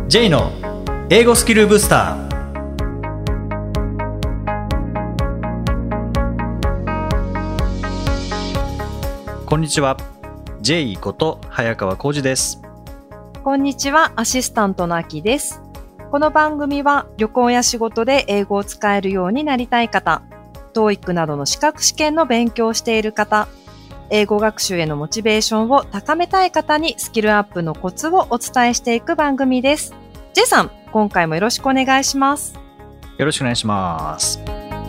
J の英語スキルブスター。こんにちは、 J こと早川浩二です。 こんにちは、アシスタントのあきです。この番組は旅行や仕事で英語を使えるようになりたい方、TOEIC などの資格試験の勉強をしている方、英語学習へのモチベーションを高めたい方にスキルアップのコツをお伝えしていく番組です。J さん、今回もよろしくお願いします。 よろしくお願いします。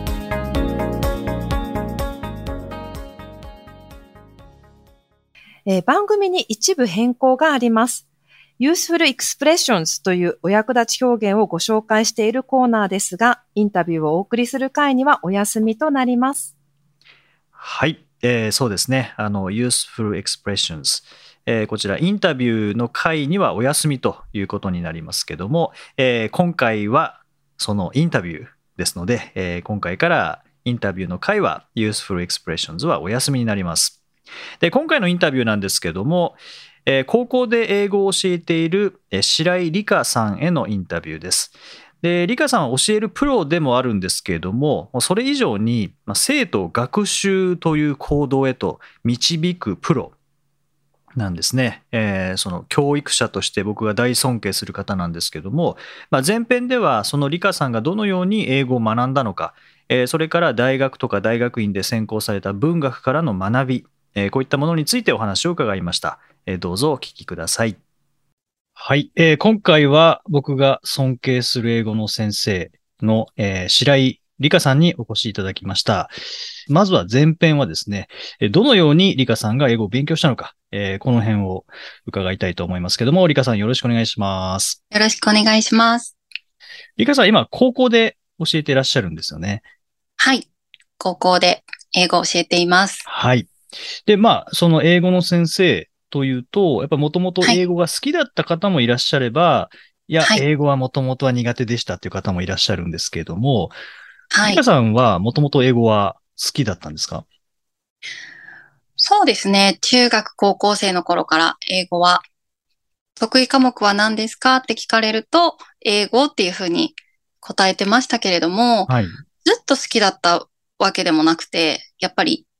番組に一部変更があります。Useful Expressions というお役立ち表現をご紹介しているコーナーですが、インタビューをお送りする回にはお休みとなります。 はい、そうですね。Useful Expressions、こちらインタビューの回にはお休みということになりますけども、今回はそのインタビューですので、今回からインタビューの回は Useful Expressions はお休みになります。で、今回のインタビューなんですけども、高校で英語を教えている白井理香さんへのインタビューです。で、理香さんは教えるプロでもあるんですけれども、それ以上に生徒を学習という行動へと導くプロなんですね。その教育者として僕が大尊敬する方なんですけども、前編ではその理香さんがどのように英語を学んだのか、それから大学とか大学院で専攻された文学からの学び、こういったものについてお話を伺いました。どうぞお聞きください。はい、今回は僕が尊敬する英語の先生の、白井理香さんにお越しいただきました。まずは前編はですね、どのように理香さんが英語を勉強したのか、この辺を伺いたいと思いますけども、理香さんよろしくお願いします。 よろしくお願いします。 理香さん今高校で教えていらっしゃるんですよね。 はい。高校で英語を教えています。 はい。で、その英語の先生というと、やっぱもともと英語が好きだった方もいらっしゃれば、いや、英語はもともとは苦手でしたっていう方もいらっしゃるんですけれども、リカさんはもともと英語は好きだったんですか？ そうですね。中学、高校生の頃から英語は、得意科目は何ですかって聞かれると、英語っていうふうに答えてましたけれども、 はい、 ずっと好きだったわけでもなくて、やっぱり、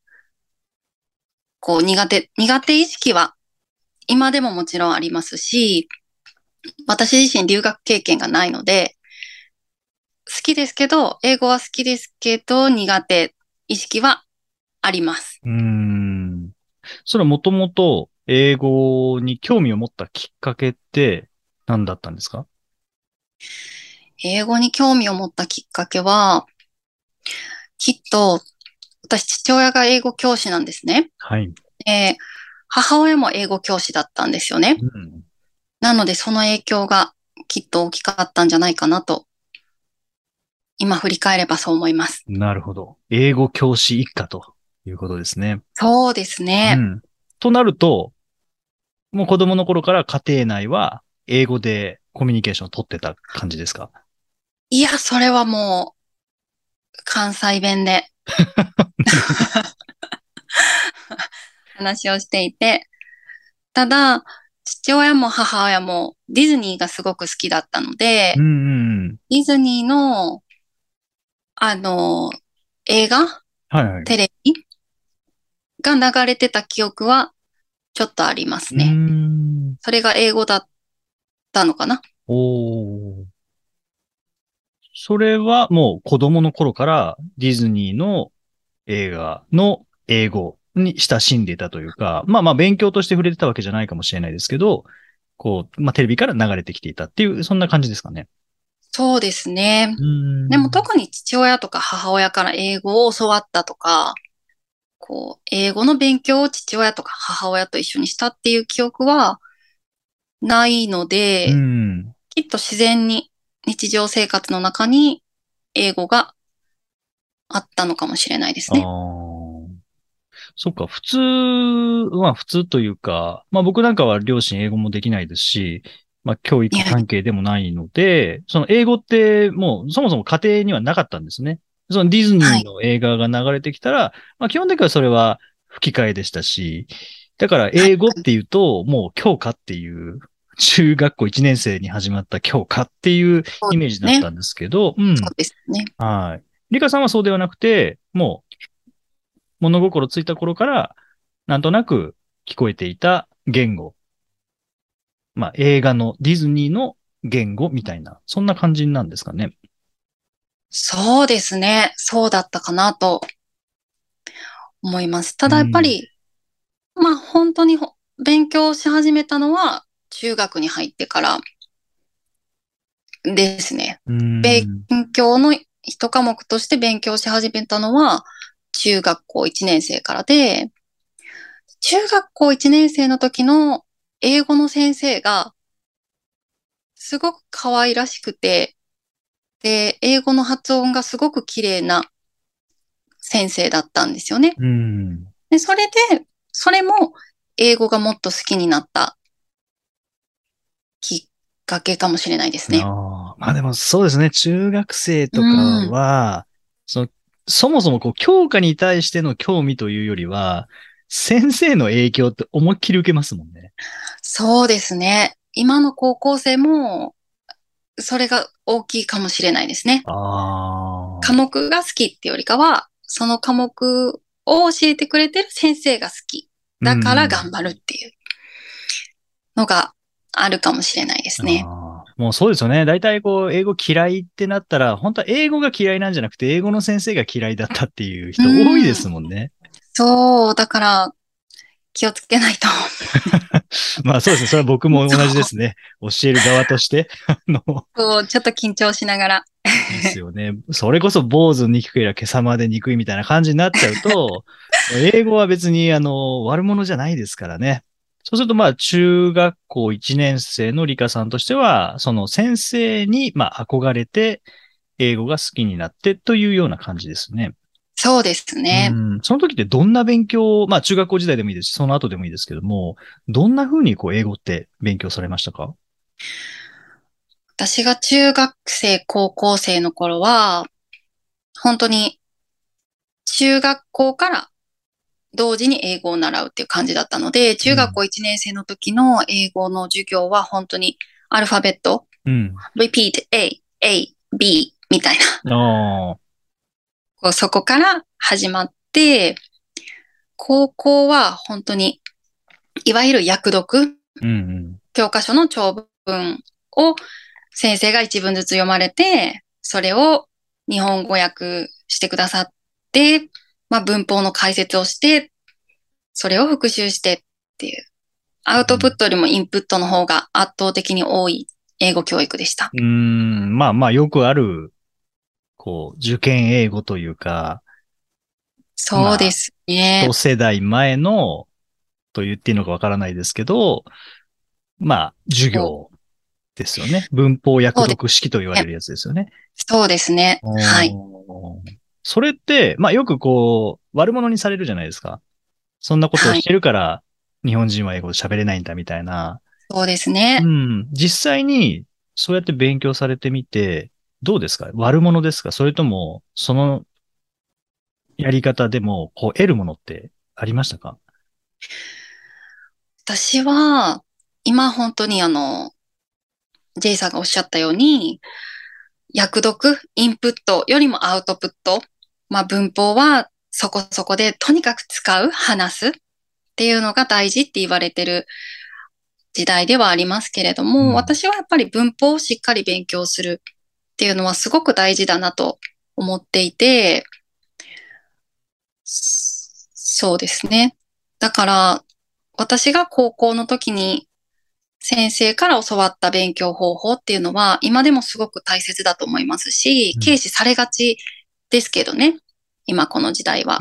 苦手意識は今でももちろんありますし、私自身留学経験がないので、好きですけど、英語は好きですけど、苦手意識はあります。 それはもともと英語に興味を持ったきっかけって何だったんですか？ 英語に興味を持ったきっかけは、きっと、私父親が英語教師なんですね。 はい。 母親も英語教師だったんですよね。なのでその影響がきっと大きかったんじゃないかなと、今振り返ればそう思います。 なるほど。英語教師一家ということですね。 そうですね。 となると、もう子供の頃から家庭内は英語でコミュニケーションを取ってた感じですか？ いや、それはもう関西弁で話をしていて、ただ、父親も母親もディズニーがすごく好きだったので、ディズニーの、映画、テレビが流れてた記憶はちょっとありますね。それが英語だったのかな。 それはもう子供の頃からディズニーの映画の英語に親しんでいたというか、勉強として触れてたわけじゃないかもしれないですけど、テレビから流れてきていたっていう、そんな感じですかね。 そうですね。でも特に父親とか母親から英語を教わったとか、英語の勉強を父親とか母親と一緒にしたっていう記憶はないので、きっと自然に日常生活の中に英語があったのかもしれないですね。 そっか、普通というか、僕なんかは両親英語もできないですし、教育関係でもないので、その英語ってもうそもそも家庭にはなかったんですね。そのディズニーの映画が流れてきたら、基本的にはそれは吹き替えでしたし、だから英語っていうともう教科っていう中学校1年生に始まった教科っていうイメージだったんですけど、 そうですね。 はい。リカさんはそうではなくて、もう物心ついた頃から、なんとなく聞こえていた言語。まあ、映画のディズニーの言語みたいな、そんな感じなんですかね。 そうですね。そうだったかなと思います。ただやっぱうん。 り、まあ本当に勉強し始めたのは中学に入ってからですね。 う勉ん。 強の一科目として勉強し始めたのは中学校1年生からで、中学校1年生の時の英語の先生がすごく可愛らしくて、で、英語の発音がすごく綺麗な先生だったんですよね。 うん。 で、それも英語がもっと好きになったきっかけかもしれないですね。 ああ、まあでもそうですね。中学生うとかん。 は、そもそもこう、教科に対しての興味というよりは、先生の影響って思いっきり受けますもんね。 そうですね。今の高校生も、それが大きいかもしれないですね。科ああ、 目が好きってよりかは、その科目を教えてくれてる先生が好き。 うだからん。 頑張るっていうのがあるかもしれないですね。 ああ、もうそうですよね。大体こう、英語嫌いってなったら、本当は英語が嫌いなんじゃなくて、英語の先生が嫌いだったっていうう人多いでん。 すもんね。 そう、だから気をつけないと。 まあそうですね。それは僕も同じでそう。 すね。教える側として。 そう、ちょっと緊張しながら。 ですよね。それこそ坊主憎ければ今朝まで憎いみたいな感じになっちゃうと、英語は別に悪者じゃないですからね。そうするとまあ中学校1年生の理科さんとしては、その先生にまあ憧れて英語が好きになってというような感じですね。 そうですね。 その時ってどんな勉強、まあ中学校時代でもいいですし、その後でもいいですけども、どんな風にこう英語って勉強されましたか？ 私が中学生、高校生の頃は、本当に中学校から同時に英語を習うっていう感じだったので、中学うん。 校1年生の時の英語の授業は本当にアルファベット、 うん。 repeat A, A, B みたいな、 ああ。 こうそこから始まって、高校は本当に、いわゆる訳読、 うん。 教科書の長文を先生が一文ずつ読まれて、それを日本語訳してくださって、まあ、文法の解説をして、それを復習してっていう、アウトプットよりもインプットの方が圧倒的に多い英語教育でした。 まあまあ、よくある、こう、受験英語というか、まあ、 そうですね。 一世代前の、と言っていいのかわからないですけど、まあ、授そう業ですよね。文法訳そうです読式と言われね。 るやつですよね。 そうですね。はい。 それって、まあよくこう、悪者にされるじゃないですか。そんなことをはい。 してるから、日本人は英語喋れないんだみたいな。 そうですね。 実際に、そうやって勉強されてみて、どうですか？悪者ですか？それとも、そのやり方でも、こう、得るものってありましたか？ 私は、今本当にJ さんがおっしゃったように、訳読、インプットよりもアウトプット。まあ文法はそこそこでとにかく使う、話すっていうのが大事って言われてる時代ではありますけれども、 うん。 私はやっぱり文法をしっかり勉強するっていうのはすごく大事だなと思っていて、そうですね。だから、私が高校の時に先生から教わった勉強方法っていうのは、今でもすごく大切だと思いますし、 うん。 軽視されがちですけどね。今この時代は。 うん。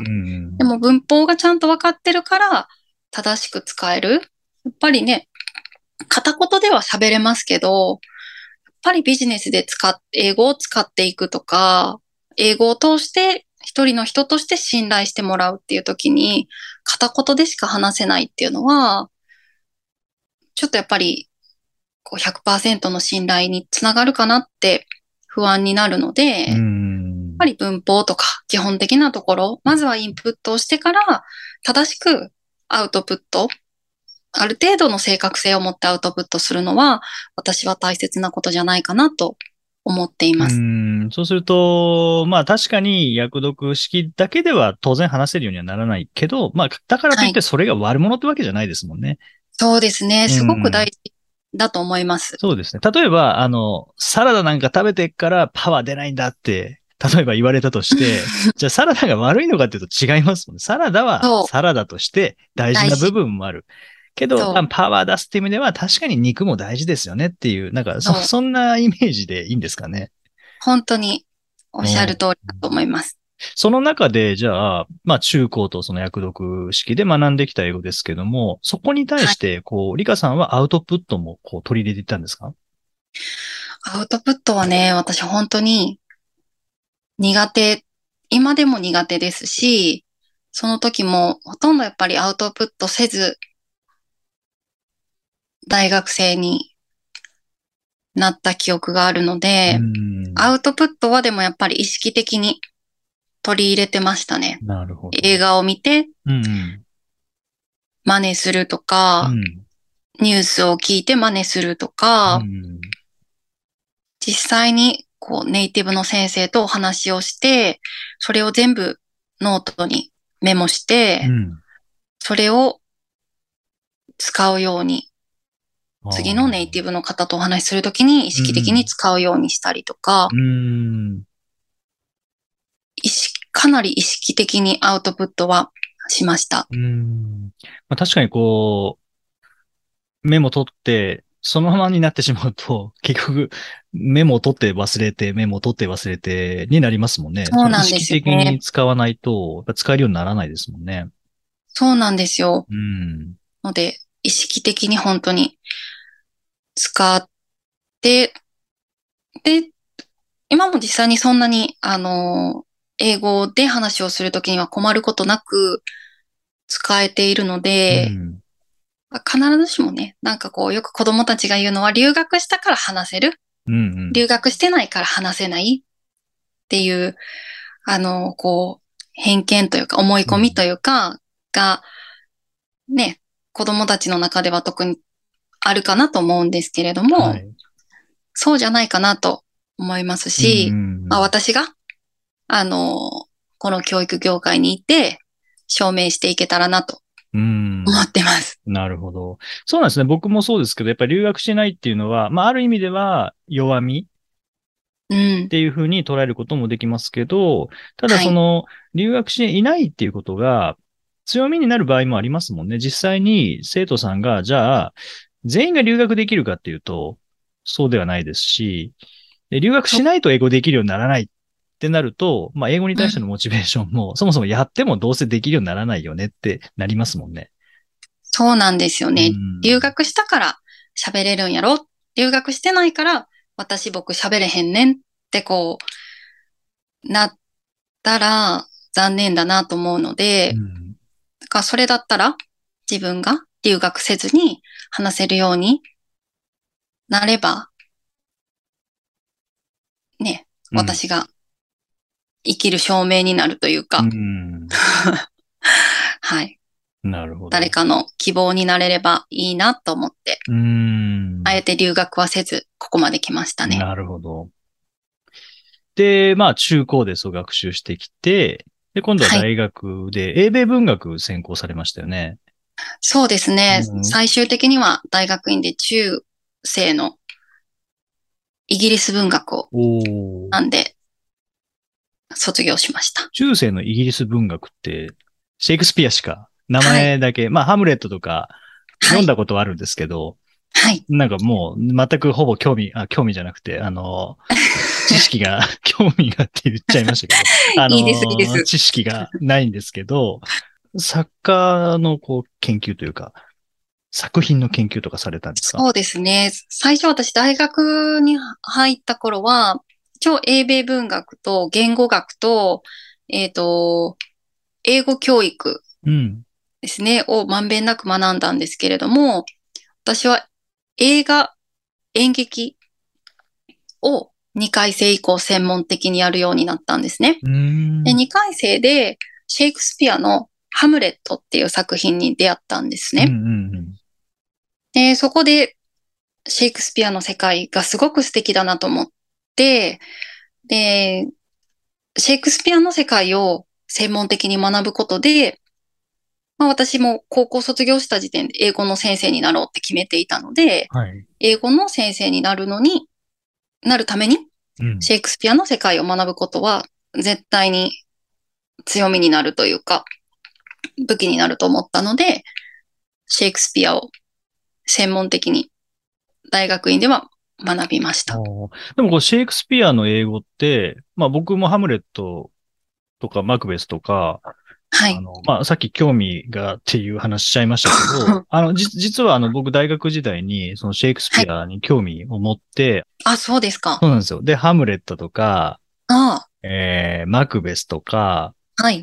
でも文法がちゃんと分かってるから、正しく使える。やっぱりね、片言では喋れますけど、やっぱりビジネスで英語を使っていくとか、英語を通して一人の人として信頼してもらうっていう時に、片言でしか話せないっていうのは、ちょっとやっぱりこう100%の信頼につながるかなって不安になるので、 うやっぱん。 り文法とか基本的なところ、まずはインプットをしてから正しくアウトプットある程度の正確性を持ってアウトプットするのは、私は大切なことじゃないかなと思っています。 そうすると、まあ確かに訳読式だけでは当然話せるようにはならないけど、まあだからといってそれが悪者ってわけじゃないですもんね。 そうですね。すごく大事だと思います。 そうですね。例えば、サラダなんか食べてっからパワー出ないんだって、例えば言われたとして、じゃあサラダが悪いのかっていうと違いますもんね。サラダはそう、 サラダとして大事な部分もある。けど、 そう、 パワー出すっていう意味では確かに肉も大事ですよねっていう、なんかそう。 そんなイメージでいいんですかね。 本当におっしゃる通りだと思います。 その中で、じゃあ、まあ中高とその訳読式で学んできた英語ですけども、そこに対して、こう、リカさんはアウトプットもこう取り入れていったんですか？ アウトプットはね、私本当に苦手、今でも苦手ですし、その時もほとんどやっぱりアウトプットせず、大学生になった記憶があるので、アウトプットはでもやっぱり意識的に取り入れてましたね。 なるほど。 映画を見て、真似するとか、ニュースを聞いて真似するとか、実際にこうネイティブの先生とお話をして、それを全部ノートにメモして、それを使うように、次のネイティブの方とお話しするときに意識的に使うようにしたりとか、かなり意識的にアウトプットはしました。 まあ、確かにこう、メモ取って、そのままになってしまうと、結局、メモを取って忘れて、メモを取って忘れてになりますもんね。 そうなんですよね。 意識的に使わないと、使えるようにならないですもんね。 そうなんですよ。ので、意識的に本当に使って、で、今も実際にそんなに、英語で話をするときには困ることなく使えているので、必ずしもね、なんかこう、よく子供たちが言うのは、留学したから話せる。留学してないから話せないっていう、こう、偏見というか、思い込みというか、が、ね、子供たちの中では特にあるかなと思うんですけれども、そうじゃないかなと思いますし、まあ、私が、この教育業界にいて、証明していけたらなと思ってます。 なるほど。そうなんですね。僕もそうですけど、やっぱり留学しないっていうのは、まあ、ある意味では弱みっていうふうに捉えることもできますけど、ただその、留学していないっていうことが強みになる場合もありますもんね。実際に生徒さんが、じゃあ、全員が留学できるかっていうと、そうではないですし、で留学しないと英語できるようにならないってなると、まあ、英語に対してのモチベーションも、そもそもやってもどうせできるようにならないよねってなりますもんね。 そうなんですよね。留学したから喋れるんやろ。留学してないから僕喋れへんねんってこう、なったら残念だなと思うので、だからそれだったら自分が留学せずに話せるようになれば、ね、私が生きる証明になるというか、はい。 なるほど。 誰かの希望になれればいいなと思って、あえて留学はせず、ここまで来ましたね。 なるほど。で、まあ、中高でそう学習してきて、で、今度は大学で英米文学専攻されましたよね。 そうですね。最終的には大学院で中世のイギリス文学をなんで卒業しました。 中世のイギリス文学って、シェイクスピアしか名前だけ、まあ、ハムレットとか読んだことはあるんですけど、なんかもう全くほぼ興味じゃなくて、知識が、興味がって言っちゃいましたけど、 いいです、いいです。 知識がないんですけど、作家のこう研究というか、作品の研究とかされたんですか？ そうですね。最初私大学に入った頃は、超英米文学と言語学と、英語教育ですね、をまんべんなく学んだんですけれども、私は映画、演劇を2回生以降専門的にやるようになったんですね。で、2回生でシェイクスピアのハムレットっていう作品に出会ったんですね。 そこでシェイクスピアの世界がすごく素敵だなと思って、で、シェイクスピアの世界を専門的に学ぶことで、まあ私も高校卒業した時点で英語の先生になろうって決めていたので、 はい。 英語の先生になるなるために、 うん。 シェイクスピアの世界を学ぶことは絶対に強みになるというか、武器になると思ったので、シェイクスピアを専門的に大学院では学びました。 でもシェイクスピアの英語って、まあ僕もハムレットとかマクベスとか、 はい。 まあさっき興味がっていう話しちゃいましたけど、実は僕大学時代にそのシェイクスはい。 ピアに興味を持って、 あ、そうですか。 そうなんですよ。で、ハムレットとか、 あマクベスとか、 あ、はい。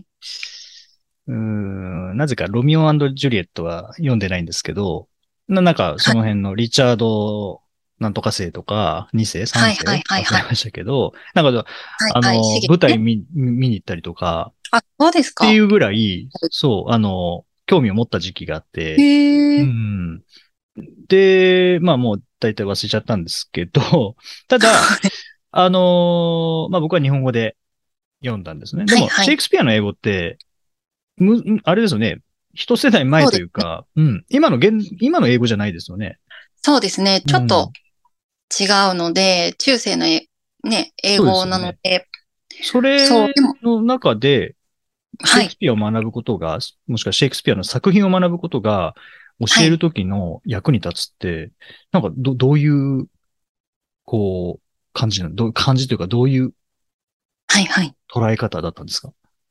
なぜかロミオジュリエットは読んでないんですけど、なんかそはい。 の辺のリチャードなんとか世とか、2世、3 はい、はい、 世はい、はい。 忘れましたけど、なんか、 はい、はい。刺激ね。 舞台見に行ったりとか、 あ、そうですか。 っていうぐらい、そう、興味を持った時期があって、うへえ。 ん。で、まあもう大体忘れちゃったんですけど、ただ、まあ僕は日本語で読んだんですね。ではい、 も、 はい。 シェイクスピアの英語って、あれですよね。一世代前そうですね。 というか、今の英語じゃないですよね。 そうですね。ちょっとうん。 違うので、中世のね、英そうで語すよね。 なので、 そそう、 れでも、 の中で、シェはい、 イクスピアを学ぶことが、もしくはシェイクスピアの作品を学ぶことが、教えるはい、 ときの役に立つって、なんかどういう、こう、感じなの感じというか、どういうはい、はい。 捉え方だったんですか？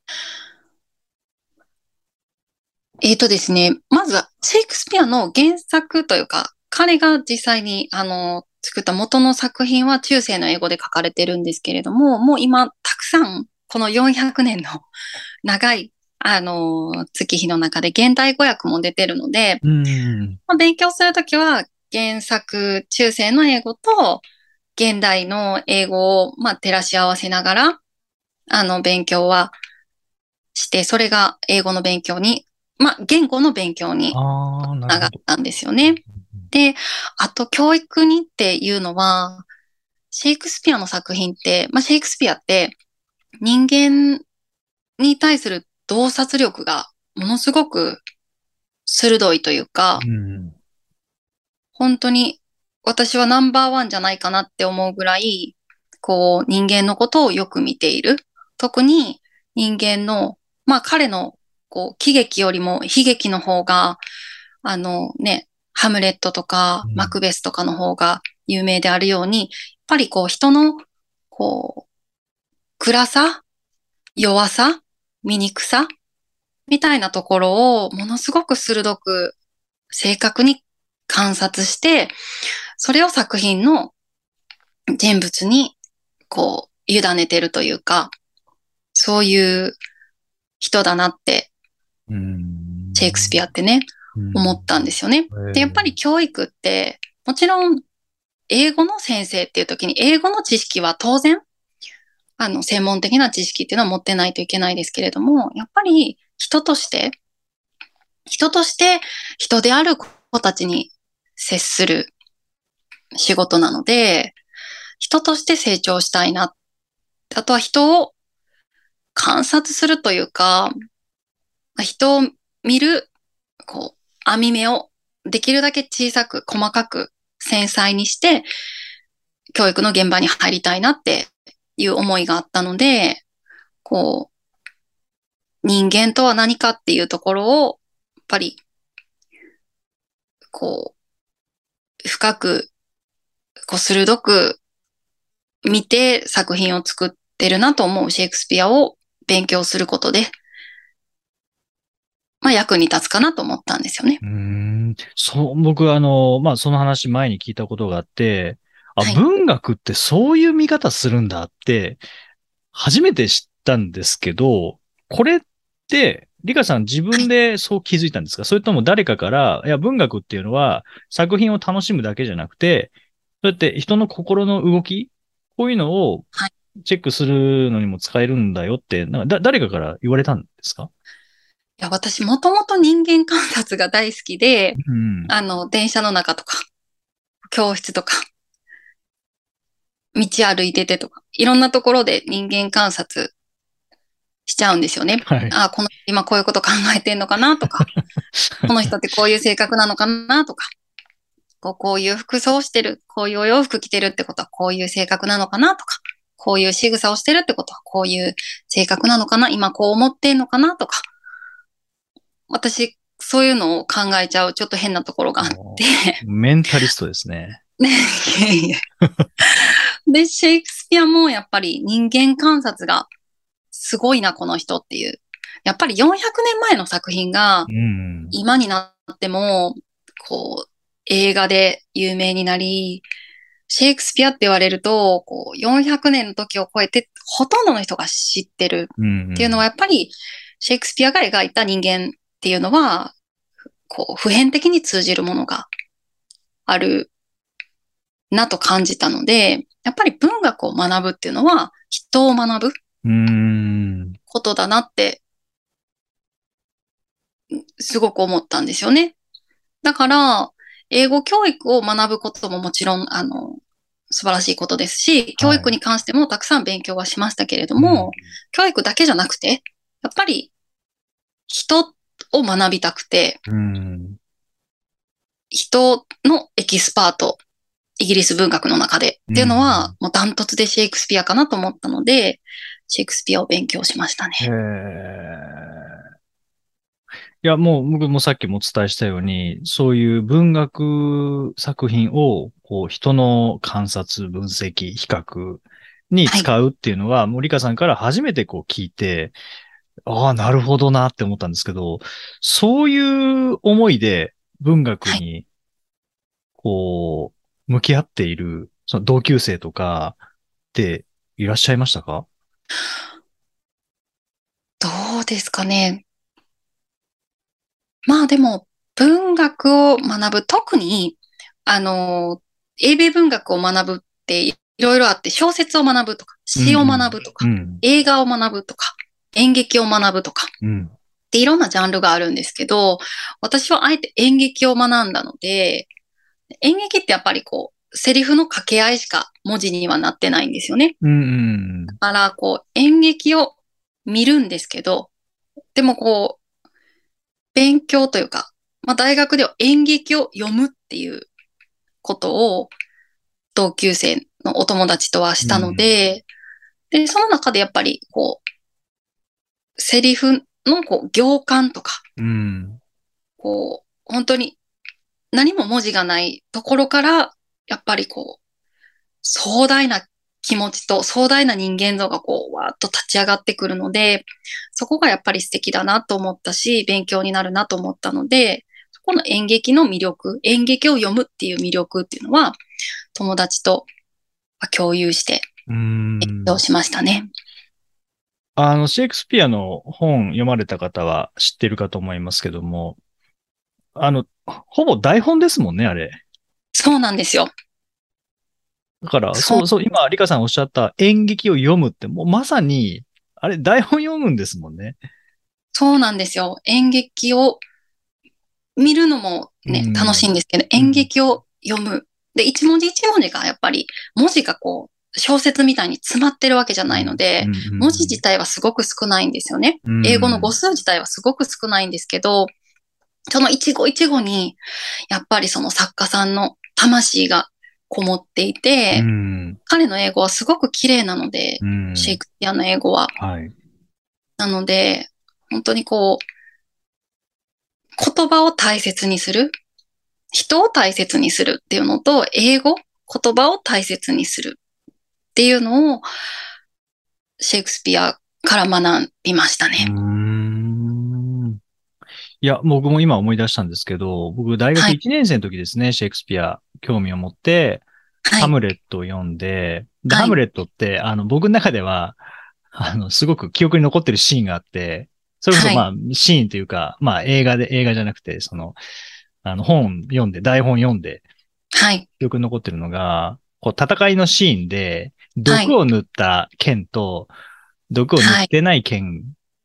ですね、まずは、シェイクスピアの原作というか、彼が実際に、作った元の作品は中世の英語で書かれてるんですけれども、もう今、たくさん、この400年の長い、月日の中で現代語訳も出てるので、 うーん。 まあ、勉強するときは、原作、中世の英語と、現代の英語を、まあ、照らし合わせながら、勉強はして、それが英語の勉強に、まあ、言語の勉強にああ、なつながっるほど。 たんですよね。で、あと教育にっていうのは、シェイクスピアの作品って、まあ、シェイクスピアって人間に対する洞察力がものすごく鋭いというか、 うん。 本当に私はナンバーワンじゃないかなって思うぐらい、こう人間のことをよく見ている。特に人間の、まあ彼のこう喜劇よりも悲劇の方が、ハムレットとかマうん。 クベスとかの方が有名であるように、やっぱりこう人のこう暗さ、弱さ、醜さみたいなところをものすごく鋭く正確に観察して、それを作品の人物にこう委ねてるというか、そういう人だなってうーシェイクスピアん。 ってね、 う思ったんん。 ですよね。で、やっぱり教育って、もちろん英語の先生っていう時に英語の知識は当然、専門的な知識っていうのは持ってないといけないですけれども、やっぱり人として人である子たちに接する仕事なので、人として成長したいな。あとは人を観察するというか、人を見る、こう、網目をできるだけ小さく、細かく、繊細にして、教育の現場に入りたいなっていう思いがあったので、こう、人間とは何かっていうところを、やっぱり、こう、深く、こう、鋭く見て作品を作ってるなと思うシェイクスピアを勉強することで、まあ役に立つかなと思ったんですよね。 そう、僕まあ、その話前に聞いたことがあって、あ、 はい。 文学ってそういう見方するんだって、初めて知ったんですけど、これって、リカさん自分はい。 でそう気づいたんですか？それとも誰かから、いや、文学っていうのは作品を楽しむだけじゃなくて、そうやって人の心の動き、こういうのをはい。 チェックするのにも使えるんだよって、なんか誰かから言われたんですか？ や、私もともと人間観察が大好きで、 うん。 電車の中とか、教室とか、道歩いててとか、いろんなところで人間観察しちゃうんですよね。 はい。 あ、この今こういうこと考えてんのかなとか、この人ってこういう性格なのかなとか、こういう服装をしてる、こういうお洋服着てるってことはこういう性格なのかなとか、こういう仕草をしてるってことはこういう性格なのかな、今こう思ってんのかなとか、私、そういうのを考えちゃうちょっと変なところがあって、 メンタリストですね。 ね、いえいえ。で、シェイクスピアもやっぱり人間観察がすごいな、この人っていう。やっぱり400年前の作品がうん。 今になっても、映画で有名になり、シェイクスピアって言われると、400年の時を超えて、ほとんどの人が知ってるうんうっていうのは、 ん。 やっぱり、シェイクスピアが描いた人間っていうのは、普遍的に通じるものがあるなと感じたので、やっぱり文学を学ぶっていうのは、人を学ぶうーん。 ことだなって、すごく思ったんですよね。だから、英語教育を学ぶことももちろん、素晴らしいことですし、教はい。 育に関してもたくさん勉強はしましたけれどうん。 も、教育だけじゃなくて、やっぱり人を学びたくて、 うん。 人のエキスパート、イギリス文学の中でっうていうのは、 ん。 もうダントツでシェイクスピアかなと思ったので、シェイクスピアを勉強しましたね。 へえ。いや、もう、僕もさっきもお伝えしたように、そういう文学作品を、人の観察、分析、比較にはい。 使うっていうのは、森川さんから初めて聞いて、ああ、なるほどなって思ったんですけど、そういう思いで文学はい。 に、向き合っている、その同級生とかっていらっしゃいましたか？ どうですかね。まあでも、文学を学ぶ、特に、英米文学を学ぶっていろいろあって、小説を学ぶとか、 うん詩を学ぶとか、 うん。うん。 映画を学ぶとか、演劇を学ぶとか、 うん。 でいろんなジャンルがあるんですけど、私はあえて演劇を学んだので、演劇ってやっぱりセリフの掛け合いしか文字にはなってないんですよね。 うん。 だから、演劇を見るんですけど、でも勉強というか、まあ大学では演劇を読むっていうことを同級生のお友達とはしたのうん。 で、で、その中でやっぱりセリフの行間とか、 うん。 本当に何も文字がないところから、やっぱり壮大な気持ちと壮大な人間像がわーっと立ち上がってくるので、そこがやっぱり素敵だなと思ったし、勉強になるなと思ったので、そこの演劇の魅力、演劇を読むっていう魅力っていうのは、友達と共有してう勉強ん。 しましたね。 シェイクスピアの本読まれた方は知ってるかと思いますけども、ほぼ台本ですもんね、あれ。 そうなんですよ。 だから、 そう、 そうそう、今、リカさんおっしゃった演劇を読むって、もうまさに、あれ、台本読むんですもんね。 そうなんですよ。演劇を見るのもうね、楽しいんん。 ですけど、演うん。 劇を読む。で、一文字一文字がやっぱり、文字が小説みたいに詰まってるわけじゃうん。 ないので、 うん。 文字自体はすごく少ないんですよね。 う英語の語ん。 数自体はすごく少ないんですけど、その一語一語に、やっぱりその作家さんの魂がこもっていうて、 ん。 彼の英語はすごく綺麗なので、 うん。 シェイクスピアの英語は。 はい。 なので、本当に言葉を大切にする。人を大切にするっていうのと、英語、言葉を大切にするっていうのを、シェイクスピアから学びましたうーね。 ん。いや、僕も今思い出したんですけど、僕大学はい。 1年生の時ですね、シェイクスピア興味を持って、 はい。 ハムレットを読んで、で、 はい。 ハムレットって、僕の中では、すごく記憶に残ってるシーンがあって、それこそはい。 まあ、シーンというか、まあ映画じゃなくて、本読んで、台本読んで、 はい。 記憶に残ってるのが、戦いのシーンで、 はい。 毒を塗った剣と、毒を塗っはい。 てない剣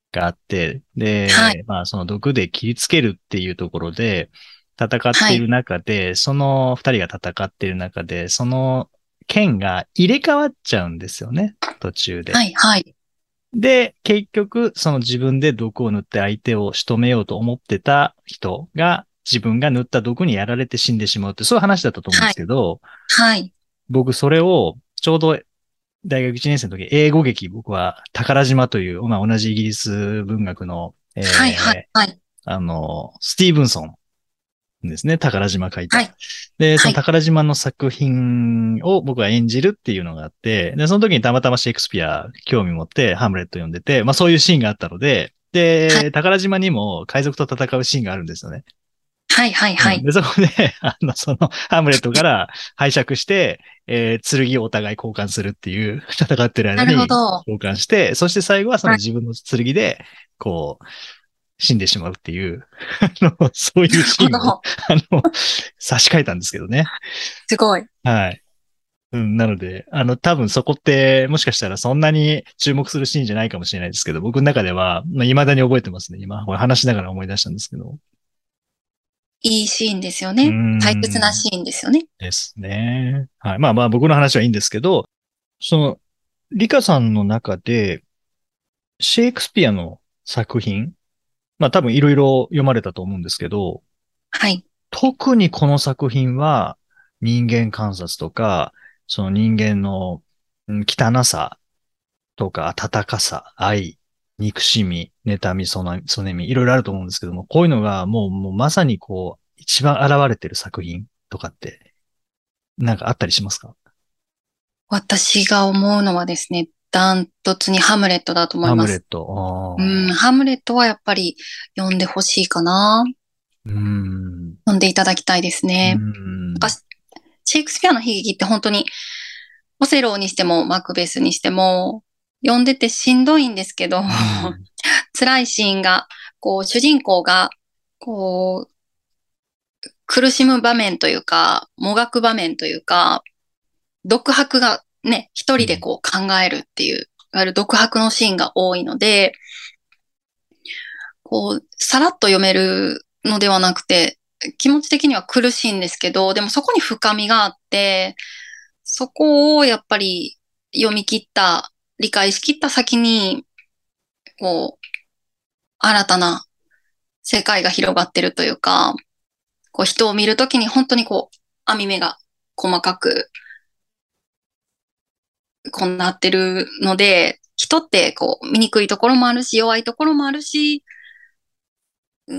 があって、 はい。 で、まあその毒で切りつけるっていうところで戦っているはい。 中で、その二人が戦っている中で、その剣が入れ替わっちゃうんですよね、途中で。 はい。はい。 で、結局、その自分で毒を塗って相手を仕留めようと思ってた人が、自分が塗った毒にやられて死んでしまうって、そういう話だったと思うんではい。 すけど、 はい。 僕それを、ちょうど大学1年生の時、英語劇、僕は宝島という、まあ、同じイギリス文学の、 はい。はい。はい。 スティーブンソンですね、宝島書いた。 はい。 で、そのはい。 宝島の作品を僕は演じるっていうのがあって、で、その時にたまたまシェイクスピア興味持ってハムレット読んでて、まあそういうシーンがあったので、で、宝島にも海賊と戦うシーンがあるんですよね。 はい。はい。はい。 うん。で、そこで、その、ハムレットから拝借して、剣をお互い交換するっていう、戦ってるなるほ間にど。 交換して、そして最後はそのはい。 自分の剣で、こう、死んでしまうっていう、そういうシーンを、 なるほど。 差し替えたんですけどね。 すごい。 はい。うん、なので、多分そこって、もしかしたらそんなに注目するシーンじゃないかもしれないですけど、僕の中では、まあ、未だに覚えてますね。今、これ話しながら思い出したんですけど。 いいシーンですようーね。大切なん。 シーンですよね。 ですね。はい。まあまあ僕の話はいいんですけど、その、リカさんの中で、シェイクスピアの作品、まあ多分いろいろ読まれたと思うんですけど、 はい。 特にこの作品は人間観察とか、その人間の汚さとか温かさ、愛、憎しみ、妬み、そねみ、いろいろあると思うんですけども、こういうのがもうまさにこう、一番現れてる作品とかって、なんかあったりしますか？ 私が思うのはですね、ダントツにハムレットだと思いハムます。 レット。 うん、ハムレットはやっぱり読んでほしいかな。 うーん。 読んでいただきたいですうーね。なんん。 かシェイクスピアの悲劇って本当に、オセローにしてもマクベスにしても、読んでてしんどいんですけど、 うん。 辛いシーンが、こう、主人公が、こう、苦しむ場面というか、もがく場面というか、独白がね、一人でうん。 こう考えるっていう、いわゆる独白のシーンが多いので、こう、さらっと読めるのではなくて、気持ち的には苦しいんですけど、でもそこに深みがあって、そこをやっぱり読み切った、理解しきった先に、こう、新たな世界が広がってるというか、こう人を見るときに本当にこう、網目が細かくこうなってるので、人ってこう、醜いところもあるし、弱いところもあるし、うん、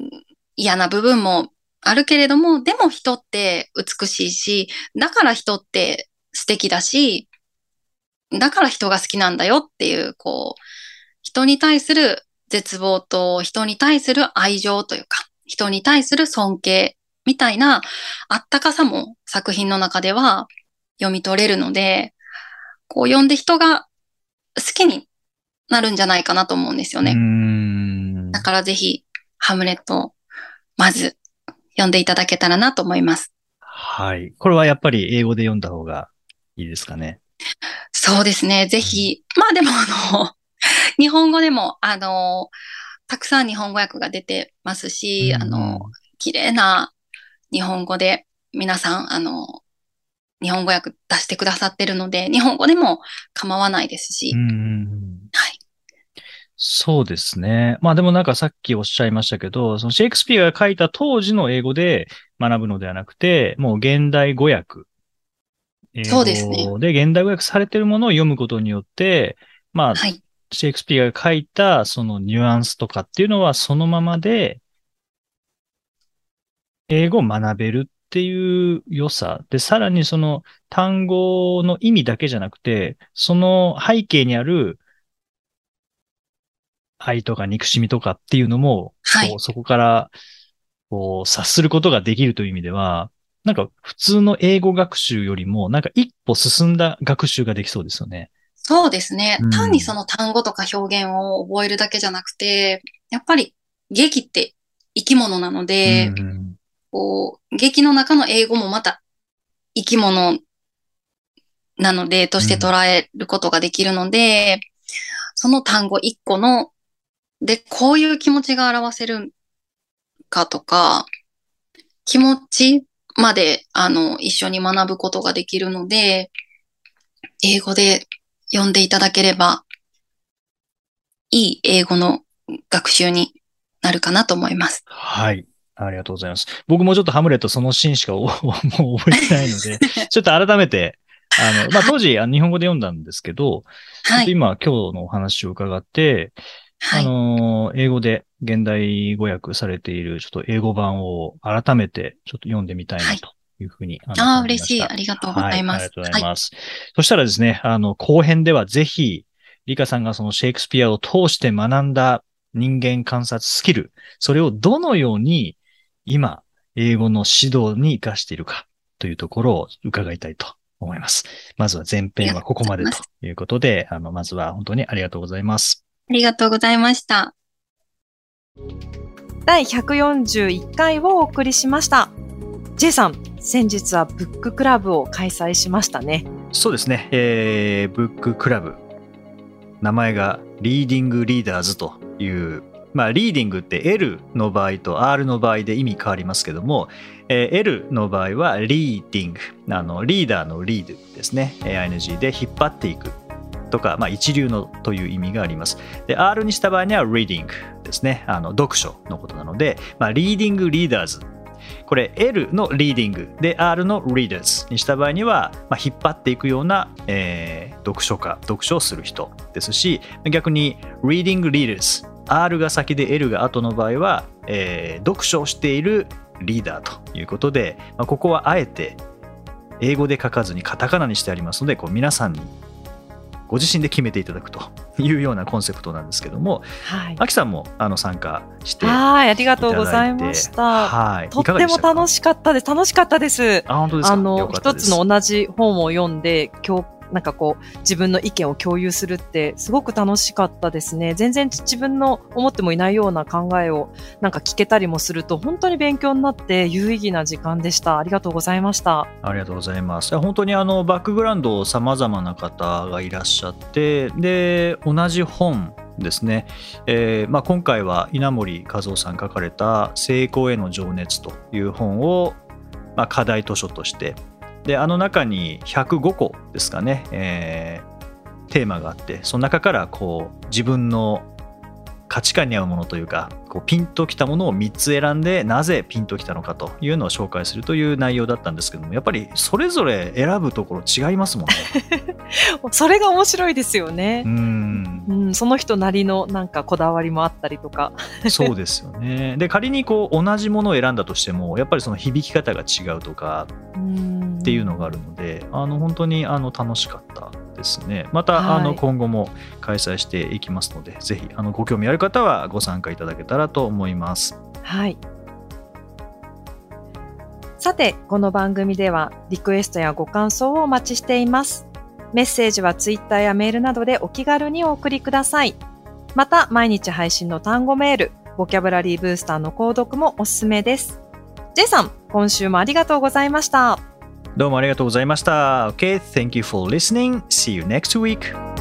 嫌な部分もあるけれども、でも人って美しいし、だから人って素敵だし、だから人が好きなんだよっていう、こう、人に対する絶望と人に対する愛情というか、人に対する尊敬みたいなあったかさも作品の中では読み取れるので、こう読んで人が好きになるんじゃないかなと思うんですようーね。だん。 からぜひ、ハムレットをまず読んでいただけたらなと思います。 はい。これはやっぱり英語で読んだ方がいいですかね。 そうですね。ぜうん。 ひ、まあでも日本語でも、たくさん日本語訳が出てますうん。 し、 うん。 綺麗な日本語で皆さん、日本語訳出してくださってるので、日本語でも構わないですうん。 し、 うん。 はい。 そうですね。まあでもなんかさっきおっしゃいましたけど、そのシェイクスピアが書いた当時の英語で学ぶのではなくて、もう現代語訳、英そうですね。 語で現代語訳されているものを読むことによって、まあ、 はい。 シェイクスピアが書いたそのニュアンスとかっていうのはそのままで英語を学べるっていう良さ。で、さらにその単語の意味だけじゃなくて、その背景にある愛とか憎しみとかっていうのも、 はい。 こう、そこからこう、察することができるという意味では、なんか普通の英語学習よりも、なんか一歩進んだ学習ができそうですよね。 そうですね。 うん。 単にその単語とか表現を覚えるだけじゃなくて、やっぱり劇って生き物なのうで、 ん。 こう、劇の中の英語もまた生き物なので、としてうん。 捉えることができるので、その単語一個ので、こういう気持ちが表せるかとか、気持ちまで、一緒に学ぶことができるので、英語で読んでいただければ、いい英語の学習になるかなと思います。 はい。ありがとうございます。僕もちょっとハムレットそのシーンしかもう覚えてないので、ちょっと改めて、当時日本語で読んだんですけど、ちょっと今日のお話を伺って、はい、英語で現代語訳されているちょっと英語版を改めてちょっと読んでみたいなというふうに、 はい、嬉しい。ありがとうございます。 はい、ありがとうございます。はい、そしたらですね、後編ではぜひ、リカさんがそのシェイクスピアを通して学んだ人間観察スキル、それをどのように今、英語の指導に活かしているかというところを伺いたいと思います。まずは前編はここまでということで、まずは本当にありがとうございます。 ありがとうございました。 第141回をお送りしました。J さん、先日はブッククラブを開催しましたね。 そうですね。ブッククラブ。名前がリーディングリーダーズという、リーディングって L の場合と R の場合で意味変わりますけども、L の場合はリーディング、リーダーのリードですね。ING で引っ張っていくとか、一流のという意味があります。で、R にした場合には Reading ですね。読書のことなので、リーディングリーダーズ。これ L のリーディングで R の Readers にした場合には、引っ張っていくような、読書をする人ですし、逆に Reading Readers、R が先で L が後の場合は、読書をしているリーダーということで、ここはあえて英語で書かずにカタカナにしてありますので、皆さんにご自身で決めていただくというようなコンセプトなんですけども、はい、アキさんも参加していただいて、 はい、ありがとうございました。はい、とっても楽しかったです。楽しかったです。 本当ですか？ 一つの同じ本を読んで自分の意見を共有するってすごく楽しかったですね。全然自分の思ってもいないような考えを聞けたりもすると本当に勉強になって有意義な時間でした。ありがとうございました。 ありがとうございます。本当にバックグラウンド様々な方がいらっしゃって、で同じ本ですね、今回は稲森和夫さん書かれた成功への情熱という本を、課題図書としてで中に105個ですかね、テーマがあって、その中から自分の価値観に合うものというかピンときたものを3つ選んで、なぜピンときたのかというのを紹介するという内容だったんですけども、やっぱりそれぞれ選ぶところ違いますもんね。 それが面白いですよね。その人なりのこだわりもあったりとか。 そうですよね。で仮に同じものを選んだとしても、やっぱりその響き方が違うとかっていうのがあるので、本当に楽しかったですね。また、はい、今後も開催していきますので、ぜひご興味ある方はご参加いただけたらと思います。 はい。さて、この番組ではリクエストやご感想をお待ちしています。メッセージはツイッターやメールなどでお気軽にお送りください。また、毎日配信の単語メール、ボキャブラリーブースターの購読もおすすめです。J さん、今週もありがとうございました。 どうもありがとうございました。Okay, thank you for listening. See you next week.